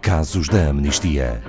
Casos da Amnistia.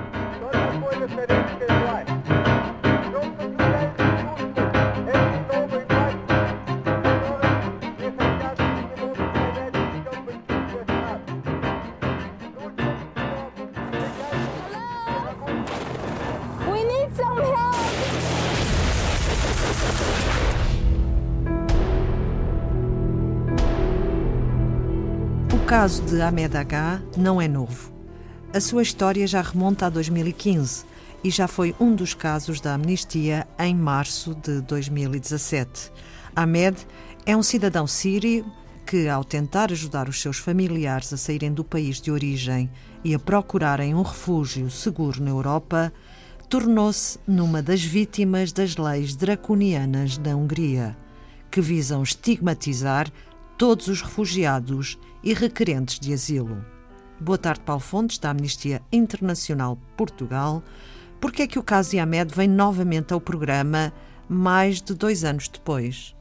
O caso de Ahmed Agha não é novo. A sua história já remonta a 2015 e já foi um dos casos da amnistia em março de 2017. Ahmed é um cidadão sírio que, ao tentar ajudar os seus familiares a saírem do país de origem e a procurarem um refúgio seguro na Europa, tornou-se numa das vítimas das leis draconianas da Hungria, que visam estigmatizar todos os refugiados e requerentes de asilo. Boa tarde, Paulo Fontes, da Amnistia Internacional Portugal. Por que é que o caso de Ahmed vem novamente ao programa mais de 2 anos depois?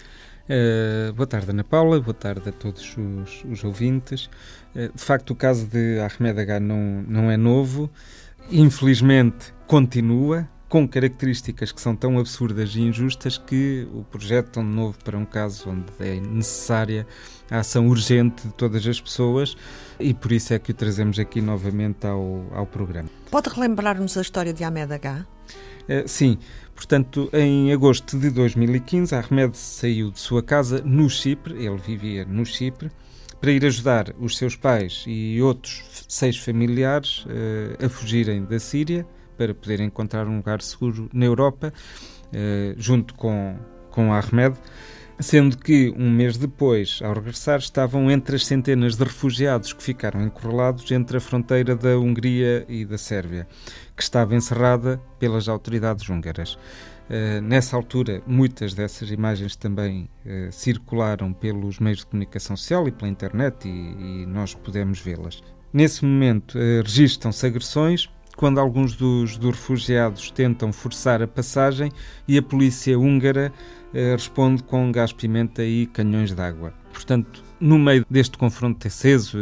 Boa tarde, Ana Paula, boa tarde a todos os ouvintes. De facto, o caso de Ahmed Agha não é novo. Infelizmente, continua com características que são tão absurdas e injustas que o projetam de novo para um caso onde é necessária a ação urgente de todas as pessoas e por isso é que o trazemos aqui novamente ao programa. Pode relembrar-nos a história de Ahmed Agha? Sim, portanto, em agosto de 2015, Ahmed saiu de sua casa no Chipre, ele vivia no Chipre, para ir ajudar os seus pais e outros 6 familiares a fugirem da Síria, para poderem encontrar um lugar seguro na Europa, junto com Ahmed, sendo que um mês depois, ao regressar, estavam entre as centenas de refugiados que ficaram encurralados entre a fronteira da Hungria e da Sérvia, que estava encerrada pelas autoridades húngaras. Nessa altura, muitas dessas imagens também circularam pelos meios de comunicação social e pela internet e nós pudemos vê-las. Nesse momento, registram-se agressões, quando alguns dos refugiados tentam forçar a passagem e a polícia húngara responde com gás-pimenta e canhões de água. Portanto, no meio deste confronto aceso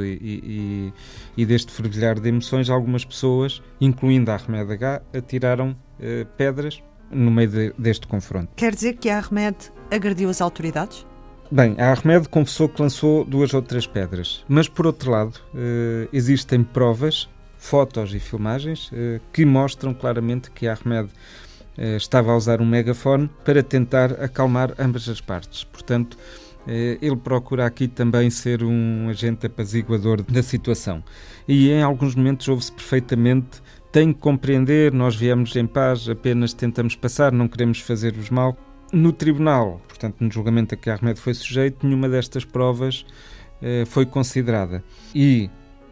e deste fervilhar de emoções, algumas pessoas, incluindo Ahmed Agha, atiraram pedras no meio deste confronto. Quer dizer que Ahmed agrediu as autoridades? Bem, Ahmed confessou que lançou 2 ou 3 pedras, mas por outro lado existem provas, fotos e filmagens que mostram claramente que Ahmed estava a usar um megafone para tentar acalmar ambas as partes. Portanto, ele procura aqui também ser um agente apaziguador da situação. E em alguns momentos ouve-se perfeitamente: tenho que compreender, nós viemos em paz, apenas tentamos passar, não queremos fazer-vos mal. No tribunal, portanto no julgamento a que Ahmed foi sujeito, nenhuma destas provas foi considerada. E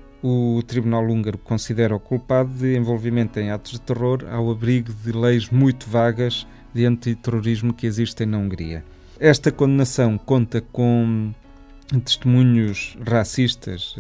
o Tribunal Húngaro considera-o culpado de envolvimento em atos de terror ao abrigo de leis muito vagas de antiterrorismo que existem na Hungria. Esta condenação conta com testemunhos racistas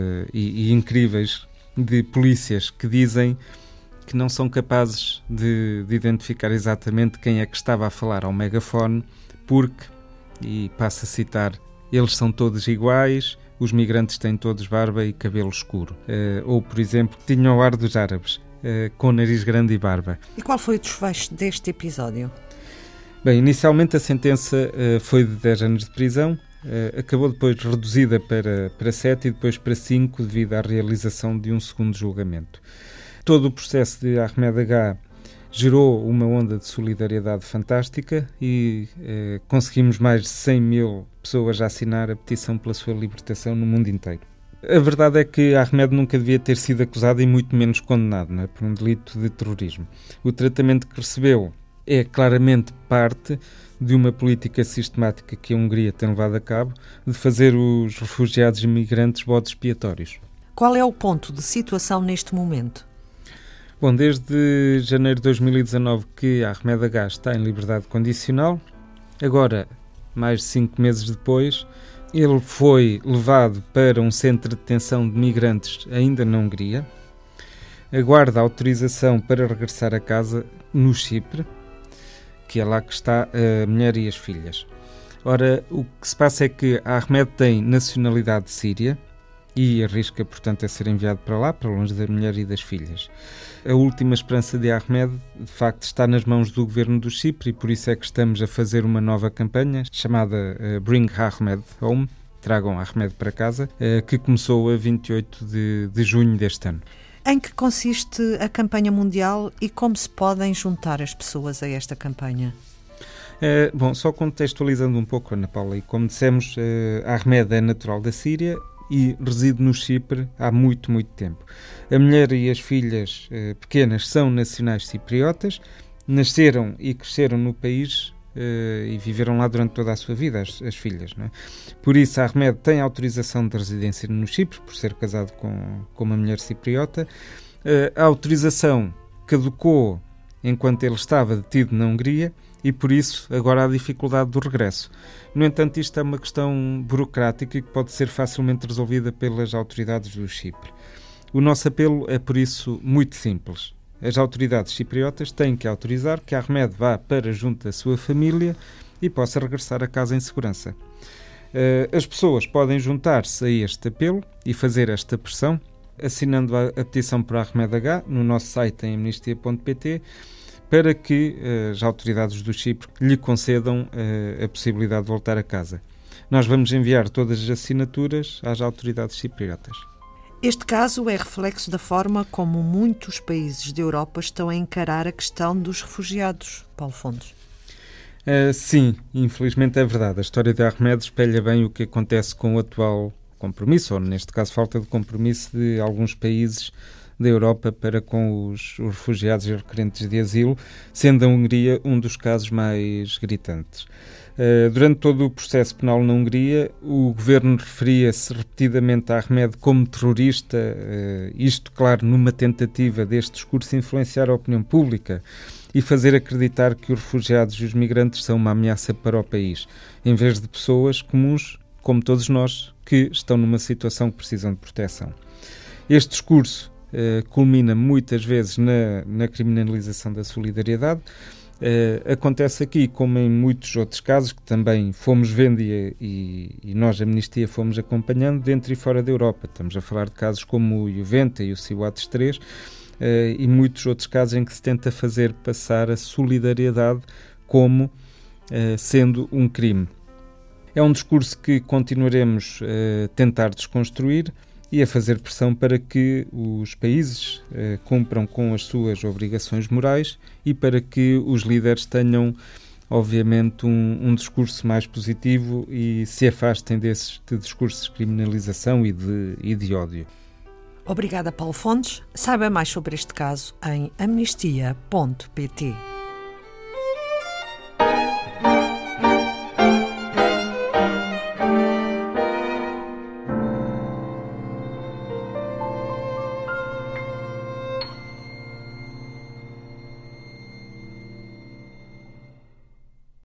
e incríveis de polícias que dizem que não são capazes de identificar exatamente quem é que estava a falar ao megafone, porque, e passo a citar, eles são todos iguais, os migrantes têm todos barba e cabelo escuro. Ou, por exemplo, tinham o ar dos árabes, com nariz grande e barba. E qual foi o desfecho deste episódio? Bem, inicialmente a sentença foi de 10 anos de prisão, acabou depois reduzida para 7 e depois para 5 devido à realização de um segundo julgamento. Todo o processo de Ahmed Agha gerou uma onda de solidariedade fantástica e conseguimos mais de 100 mil pessoas a assinar a petição pela sua libertação no mundo inteiro. A verdade é que Ahmed nunca devia ter sido acusado e muito menos condenado, não é, por um delito de terrorismo. O tratamento que recebeu é claramente parte de uma política sistemática que a Hungria tem levado a cabo de fazer os refugiados e migrantes bodes expiatórios. Qual é o ponto de situação neste momento? Bom, desde janeiro de 2019 que Ahmed Agha está em liberdade condicional. Agora, mais de 5 meses depois, ele foi levado para um centro de detenção de migrantes ainda na Hungria. Aguarda autorização para regressar a casa no Chipre, que é lá que está a mulher e as filhas. Ora, o que se passa é que Ahmed tem nacionalidade síria, e arrisca, portanto, a ser enviado para lá, para longe da mulher e das filhas. A última esperança de Ahmed, de facto, está nas mãos do governo do Chipre, e por isso é que estamos a fazer uma nova campanha chamada Bring Ahmed Home, Tragam Ahmed para casa, que começou a 28 de junho deste ano. Em que consiste a campanha mundial e como se podem juntar as pessoas a esta campanha? Bom, só contextualizando um pouco, Ana Paula, e como dissemos, Ahmed é natural da Síria e reside no Chipre há muito, muito tempo. A mulher e as filhas pequenas são nacionais cipriotas, nasceram e cresceram no país e viveram lá durante toda a sua vida, as filhas, não é? Por isso, Ahmed tem autorização de residência no Chipre, por ser casado com uma mulher cipriota. A autorização caducou enquanto ele estava detido na Hungria e, por isso, agora há dificuldade do regresso. No entanto, isto é uma questão burocrática que pode ser facilmente resolvida pelas autoridades do Chipre. O nosso apelo é, por isso, muito simples. As autoridades cipriotas têm que autorizar que Ahmed vá para junto da sua família e possa regressar a casa em segurança. As pessoas podem juntar-se a este apelo e fazer esta pressão, assinando a petição por Ahmed H no nosso site em amnistia.pt, para que as autoridades do Chipre lhe concedam a possibilidade de voltar a casa. Nós vamos enviar todas as assinaturas às autoridades cipriotas. Este caso é reflexo da forma como muitos países da Europa estão a encarar a questão dos refugiados. Paulo Fontes. Sim, infelizmente é verdade. A história de Ahmed espelha bem o que acontece com o atual compromisso, ou neste caso falta de compromisso de alguns países da Europa para com os refugiados e requerentes de asilo, sendo a Hungria um dos casos mais gritantes. Durante todo o processo penal na Hungria, o governo referia-se repetidamente a Ahmed como terrorista, isto, claro, numa tentativa deste discurso influenciar a opinião pública e fazer acreditar que os refugiados e os migrantes são uma ameaça para o país, em vez de pessoas comuns, como todos nós, que estão numa situação que precisam de proteção. Este discurso culmina muitas vezes na criminalização da solidariedade. Acontece aqui, como em muitos outros casos, que também fomos vendo e nós, a Amnistia, fomos acompanhando dentro e fora da Europa. Estamos a falar de casos como o Juventa e o Sea-Watch 3 e muitos outros casos em que se tenta fazer passar a solidariedade como sendo um crime. É um discurso que continuaremos a tentar desconstruir e a fazer pressão para que os países cumpram com as suas obrigações morais e para que os líderes tenham, obviamente, um discurso mais positivo e se afastem desses discursos de criminalização e de ódio. Obrigada, Paulo Fontes. Saiba mais sobre este caso em amnistia.pt.